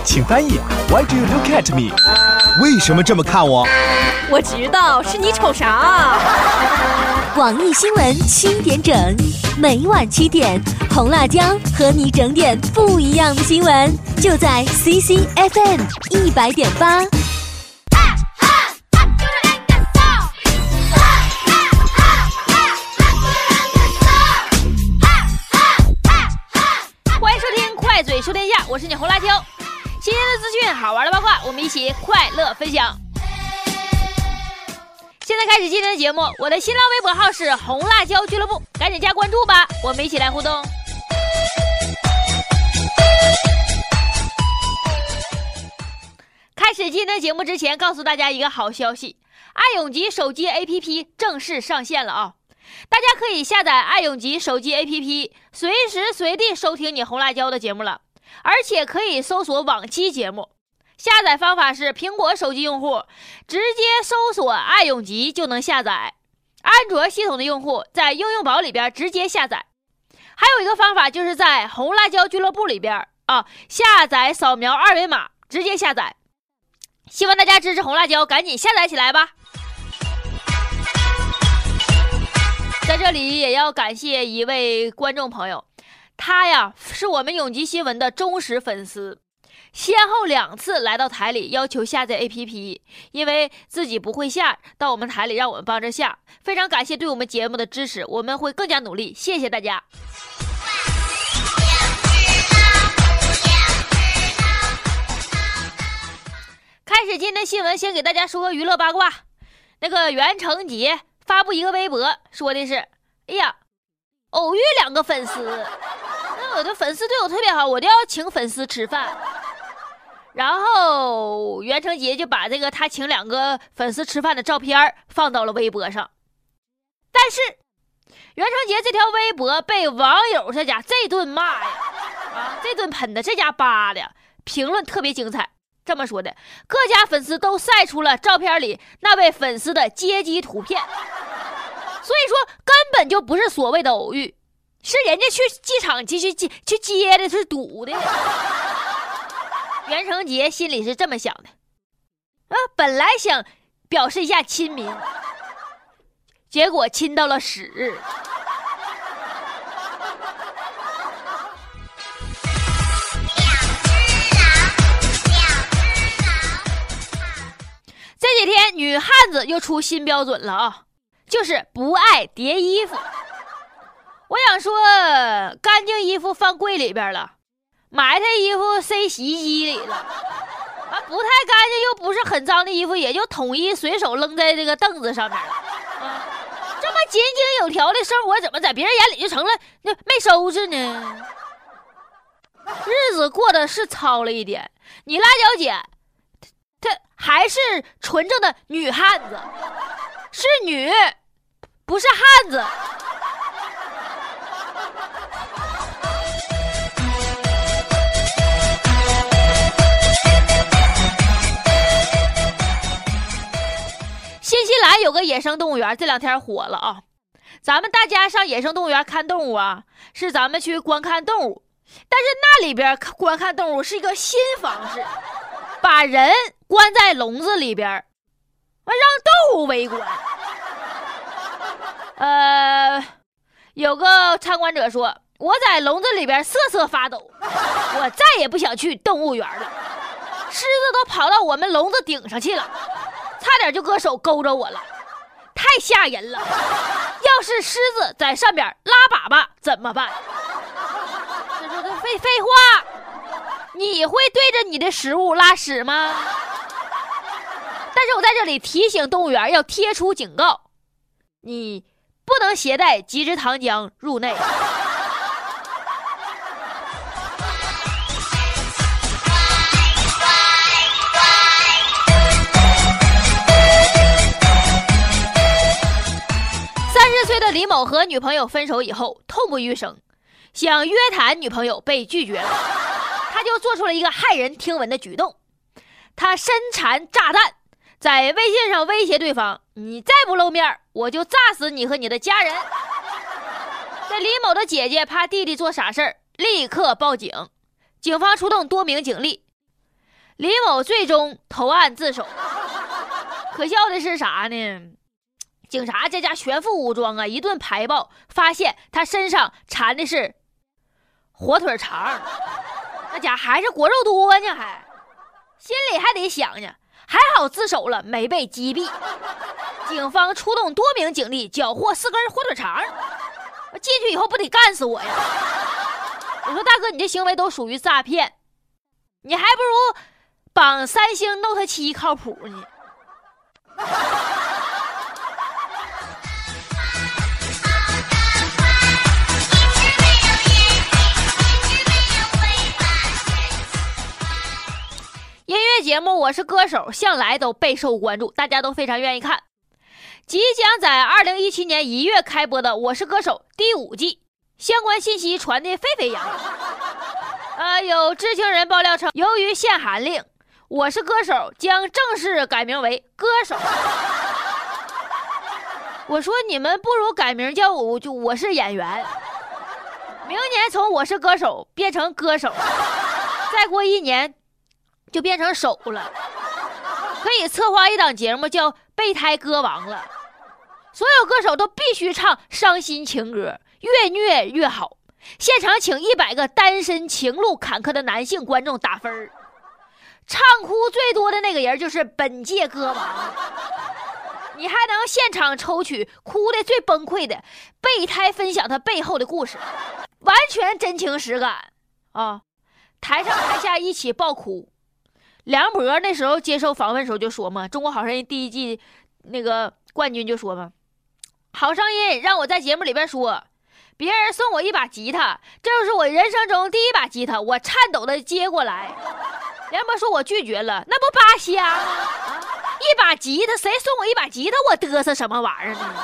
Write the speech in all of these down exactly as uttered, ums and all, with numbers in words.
请翻译 Why do you look at me？ 为什么这么看我？ 我知道是你瞅啥。 广义新闻七点整，每晚七点，红辣椒和你整点不一样的新闻，就在 C C F M 一百点八。 欢迎收听快嘴说天下，我是你红辣椒。新鲜的资讯，好玩的八卦，我们一起快乐分享。现在开始今天的节目，我的新浪微博号是红辣椒俱乐部，赶紧加关注吧，我们一起来互动。开始今天的节目之前，告诉大家一个好消息，爱永吉手机 A P P 正式上线了啊！大家可以下载爱永吉手机 A P P， 随时随地收听你红辣椒的节目了，而且可以搜索往期节目。下载方法是苹果手机用户直接搜索爱永吉就能下载，安卓系统的用户在应用宝里边直接下载。还有一个方法就是在红辣椒俱乐部里边啊，下载扫描二维码直接下载。希望大家支持红辣椒，赶紧下载起来吧。在这里也要感谢一位观众朋友，他呀是我们永吉新闻的忠实粉丝，先后两次来到台里要求下载 A P P， 因为自己不会下，到我们台里让我们帮着下。非常感谢对我们节目的支持，我们会更加努力，谢谢大家。开始今天的新闻，先给大家说个娱乐八卦。那个袁成杰发布一个微博，说的是哎呀偶遇两个粉丝，那我的粉丝对我特别好，我都要请粉丝吃饭。然后袁成杰就把这个他请两个粉丝吃饭的照片放到了微博上，但是袁成杰这条微博被网友这家这顿骂呀，啊，这顿喷的，这家扒的，评论特别精彩。这么说的，各家粉丝都晒出了照片里那位粉丝的接机图片，所以说根本就不是所谓的偶遇，是人家去机场去去去接的，是堵的。袁成杰心里是这么想的啊，本来想表示一下亲民，结果亲到了屎。这几天女汉子又出新标准了啊，就是不爱叠衣服。我想说，干净衣服放柜里边了，埋汰衣服塞洗衣机里了，啊，不太干净又不是很脏的衣服，也就统一随手扔在这个凳子上面了。啊，这么井井有条的生活，怎么在别人眼里就成了那没收拾呢？日子过得是糙了一点，你辣椒姐她还是纯正的女汉子，是女，不是汉子。新西兰有个野生动物园，这两天火了啊！咱们大家上野生动物园看动物啊，是咱们去观看动物，但是那里边观看动物是一个新方式，把人关在笼子里边，让动物围观。呃，有个参观者说，我在笼子里边瑟瑟发抖，我再也不想去动物园了，狮子都跑到我们笼子顶上去了，差点就搁手勾着我了，太吓人了。要是狮子在上边拉粑粑怎么办？这说的废废话，你会对着你的食物拉屎吗？但是我在这里提醒动物园要贴出警告，你不能携带极致糖浆入内。三十岁的李某和女朋友分手以后痛不欲生，想约谈女朋友被拒绝了，他就做出了一个骇人听闻的举动，他身缠炸弹，在微信上威胁对方，你再不露面我就炸死你和你的家人。这李某的姐姐怕弟弟做傻事儿，立刻报警，警方出动多名警力。 李某最终投案自首。可笑的是啥呢？警察这家全副武装啊，一顿排爆，发现他身上缠的是火腿肠，那家还是果肉多呢，还心里还得想呢，还好自首了，没被击毙。警方出动多名警力，缴获四根火腿肠。我进去以后不得干死我呀！我说大哥，你这行为都属于诈骗，你还不如绑三星 Note 七靠谱呢。音乐节目《我是歌手》向来都备受关注，大家都非常愿意看。即将在二零一七年一月开播的《我是歌手》第五季，相关信息传得沸沸扬扬。呃，有知情人爆料称，由于限韩令，《我是歌手》将正式改名为《歌手》。我说你们不如改名叫我就我是演员，明年从《我是歌手》变成歌手，再过一年就变成手了，可以策划一档节目叫备胎歌王了。所有歌手都必须唱伤心情歌，越虐越好。现场请一百个单身情路坎坷的男性观众打分，唱哭最多的那个人就是本届歌王。你还能现场抽取哭的最崩溃的备胎，分享他背后的故事，完全真情实感啊！台上台下一起爆哭。梁博那时候接受访问时候就说嘛，中国好声音第一季那个冠军就说嘛，好声音让我在节目里边说，别人送我一把吉他，这就是我人生中第一把吉他，我颤抖的接过来。梁博说我拒绝了，那不扒瞎吗？啊，一把吉他，谁送我一把吉他，我嘚瑟什么玩意儿呢？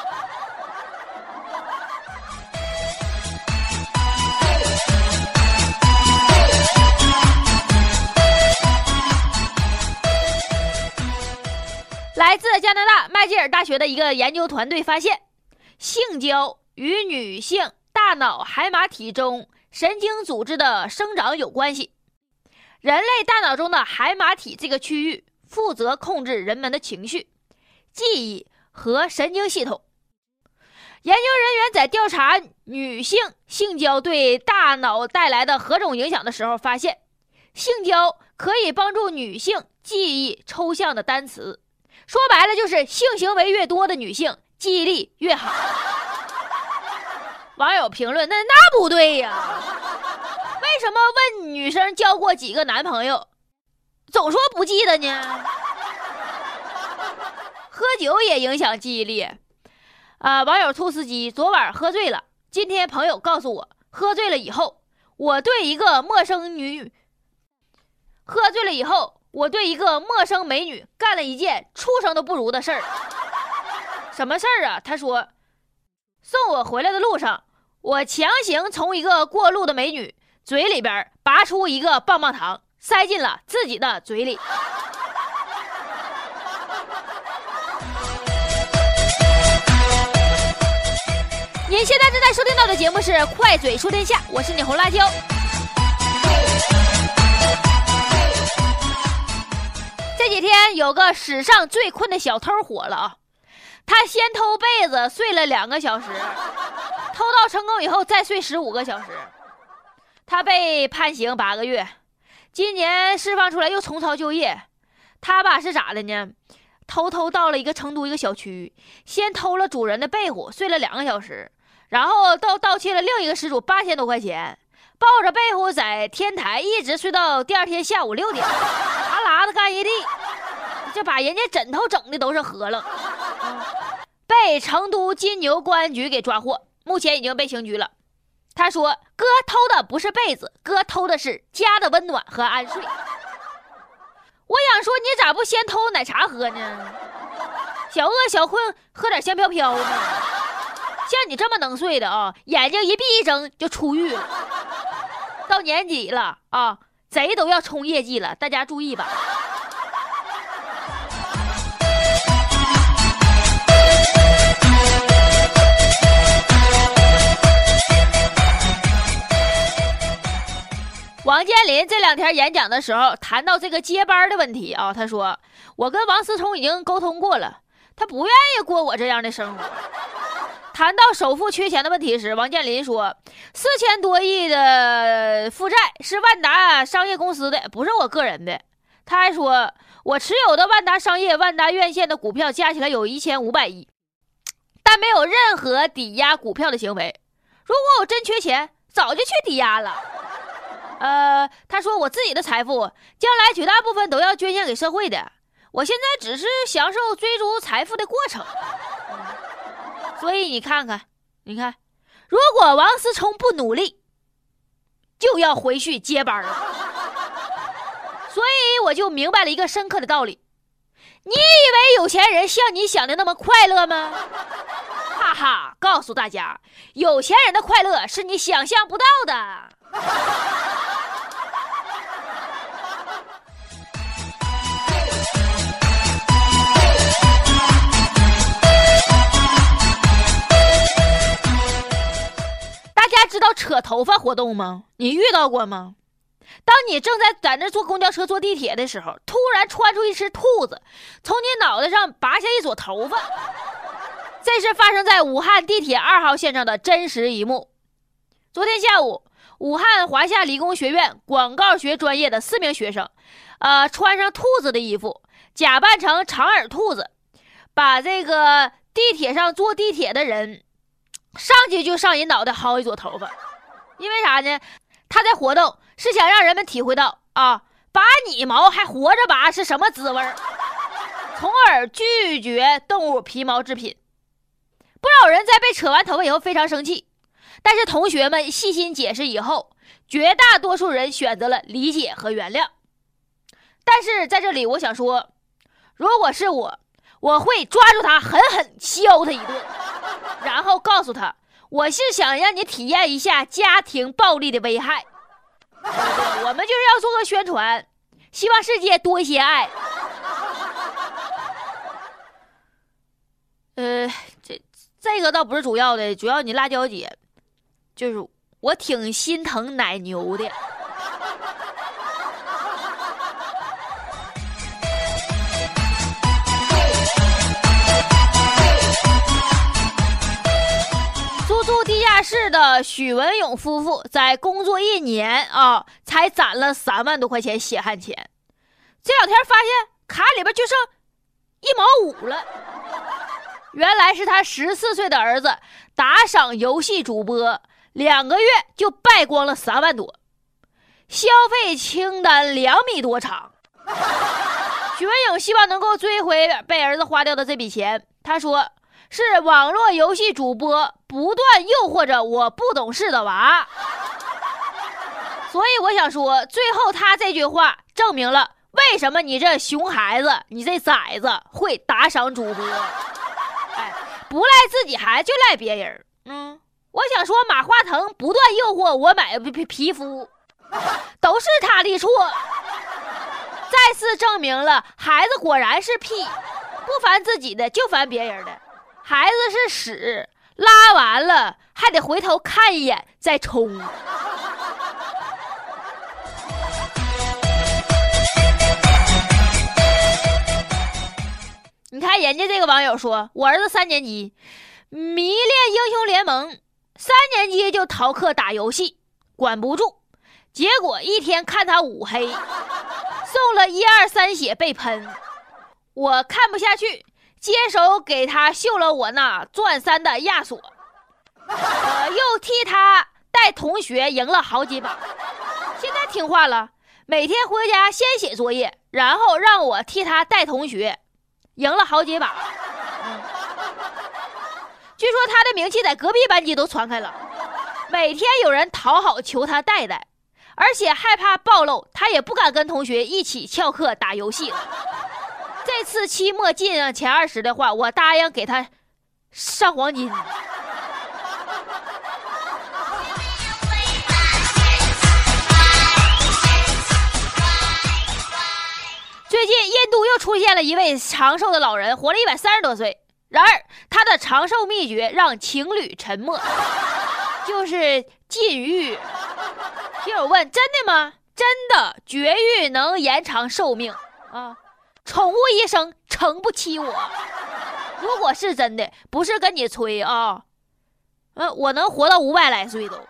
来自加拿大麦吉尔大学的一个研究团队发现，性交与女性大脑海马体中神经组织的生长有关系。人类大脑中的海马体这个区域负责控制人们的情绪、记忆和神经系统。研究人员在调查女性性交对大脑带来的何种影响的时候发现，性交可以帮助女性记忆抽象的单词，说白了就是性行为越多的女性记忆力越好。网友评论，那那不对呀，为什么问女生交过几个男朋友总说不记得呢？喝酒也影响记忆力啊！网友兔司机昨晚喝醉了，今天朋友告诉我，喝醉了以后我对一个陌生女喝醉了以后我对一个陌生美女干了一件畜生都不如的事儿。什么事儿啊？他说，送我回来的路上，我强行从一个过路的美女嘴里边拔出一个棒棒糖，塞进了自己的嘴里。您现在正在收听到的节目是《快嘴说天下》，我是你红辣椒。这几天有个史上最困的小偷火了啊！他先偷被子睡了两个小时，偷盗成功以后再睡十五个小时。他被判刑八个月，今年释放出来又重操旧业。他吧是咋的呢？偷偷到了一个成都一个小区，先偷了主人的被褥睡了两个小时，然后盗盗窃了另一个失主八千多块钱，抱着被褥在天台一直睡到第二天下午六点，哈喇子干一地，这把人家枕头整的都是合楞。被成都金牛公安局给抓获，目前已经被刑拘了。他说，哥偷的不是被子，哥偷的是家的温暖和安睡。我想说，你咋不先偷奶茶喝呢？小饿小困喝点香飘飘呢？像你这么能睡的啊，眼睛一闭一睁就出狱了。到年底了啊，贼都要冲业绩了，大家注意吧。网王健林这两天演讲的时候谈到这个接班的问题啊，他说我跟王思聪已经沟通过了，他不愿意过我这样的生活。谈到首富缺钱的问题时，王健林说四千多亿的负债是万达商业公司的，不是我个人的。他还说我持有的万达商业、万达院线的股票加起来有一千五百亿，但没有任何抵押股票的行为。如果我真缺钱，早就去抵押了。呃，他说我自己的财富将来绝大部分都要捐献给社会的，我现在只是享受追逐财富的过程。所以你看看，你看，如果王思聪不努力，就要回去接班了。所以我就明白了一个深刻的道理：你以为有钱人像你想的那么快乐吗？哈哈，告诉大家，有钱人的快乐是你想象不到的。大家知道扯头发活动吗？你遇到过吗？当你正在在那坐公交车、坐地铁的时候，突然窜出一只兔子，从你脑袋上拔下一撮头发。这是发生在武汉地铁二号线上的真实一幕。昨天下午，武汉华夏理工学院广告学专业的四名学生，呃，穿上兔子的衣服，假扮成长耳兔子，把这个地铁上坐地铁的人上去就上人脑袋薅一撮头发。因为啥呢？他在活动是想让人们体会到啊，拔你毛还活着拔是什么滋味，从而拒绝动物皮毛制品。不少人在被扯完头发以后非常生气，但是同学们细心解释以后，绝大多数人选择了理解和原谅。但是在这里我想说，如果是我，我会抓住他狠狠削他一顿，然后告诉他，我是想让你体验一下家庭暴力的危害。我们就是要做个宣传，希望世界多一些爱。呃，这这个倒不是主要的，主要你辣椒姐，就是我挺心疼奶牛的。租住地下室的许文勇夫妇在工作一年啊，才攒了三万多块钱血汗钱。这两天发现卡里边就剩一毛五了。原来是他十四岁的儿子打赏游戏主播，两个月就败光了三万多，消费清单两米多长。许文勇希望能够追回被儿子花掉的这笔钱。他说是网络游戏主播不断诱惑着我不懂事的娃。所以我想说，最后他这句话证明了为什么你这熊孩子，你这崽子会打赏主播。哎，不赖自己孩子就赖别人。嗯，我想说马化腾不断诱惑我买皮皮肤，都是他的错。再次证明了孩子果然是屁，不烦自己的就烦别人的。孩子是屎，拉完了还得回头看一眼再冲。你看人家这个网友说，我儿子三年级迷恋英雄联盟，三年级就逃课打游戏，管不住，结果一天看他五黑，送了一二三血被喷，我看不下去，接手给他绣了我那钻三的亚索，呃，又替他带同学赢了好几把，现在听话了，每天回家先写作业，然后让我替他带同学，赢了好几把。嗯，据说他的名气在隔壁班级都传开了，每天有人讨好求他带带，而且害怕暴露，他也不敢跟同学一起翘课打游戏了。这次期末进前二十的话，我答应给他上黄金。最近印度又出现了一位长寿的老人，活了一百三十多岁。然而他的长寿秘诀让情侣沉默，就是禁欲。听友问，真的吗？ 真的绝育能延长寿命啊！宠物医生诚不欺我。如果是真的，不是跟你吹啊，嗯、呃，我能活到五百来岁都。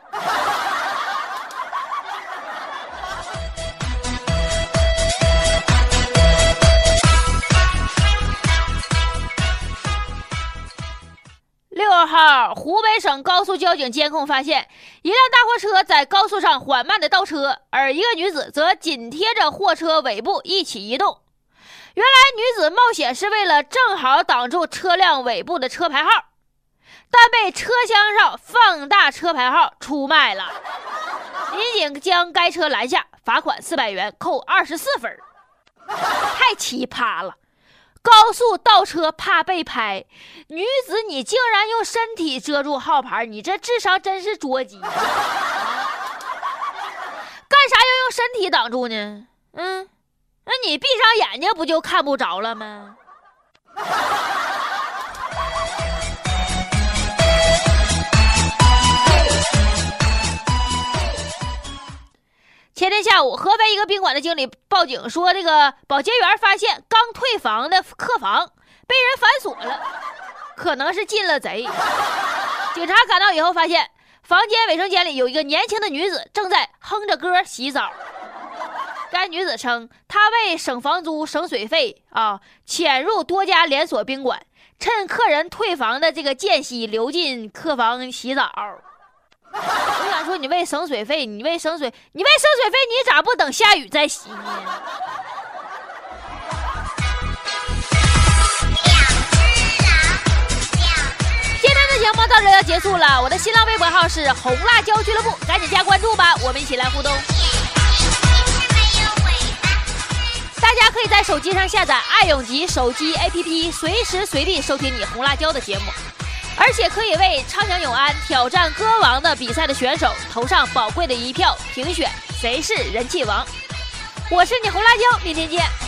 六号，湖北省高速交警监控发现，一辆大货车在高速上缓慢的倒车，而一个女子则紧贴着货车尾部一起移动。原来女子冒险是为了正好挡住车辆尾部的车牌号，但被车厢上放大车牌号出卖了。民警将该车拦下，罚款四百元，扣二十四分。太奇葩了！高速倒车怕被拍，女子你竟然用身体遮住号牌，你这智商真是捉急。干啥要用身体挡住呢？嗯，那你闭上眼睛不就看不着了吗？前天下午，合肥一个宾馆的经理报警说，这个保洁员发现刚退房的客房被人反锁了，可能是进了贼。警察赶到以后发现，房间卫生间里有一个年轻的女子正在哼着歌洗澡。该女子称，她为省房租省水费啊，潜入多家连锁宾馆，趁客人退房的这个间隙流进客房洗澡。我想说，你为省水费，你为省水，你为省水费，你咋不等下雨再洗呢？今天的节目到这要结束了，我的新浪微博号是红辣椒俱乐部，赶紧加关注吧，我们一起来互动。大家可以在手机上下载爱永吉手机 A P P， 随时随地收听你红辣椒的节目。而且可以为畅享永安挑战歌王的比赛的选手投上宝贵的一票，评选谁是人气王。我是你红辣椒，明天见。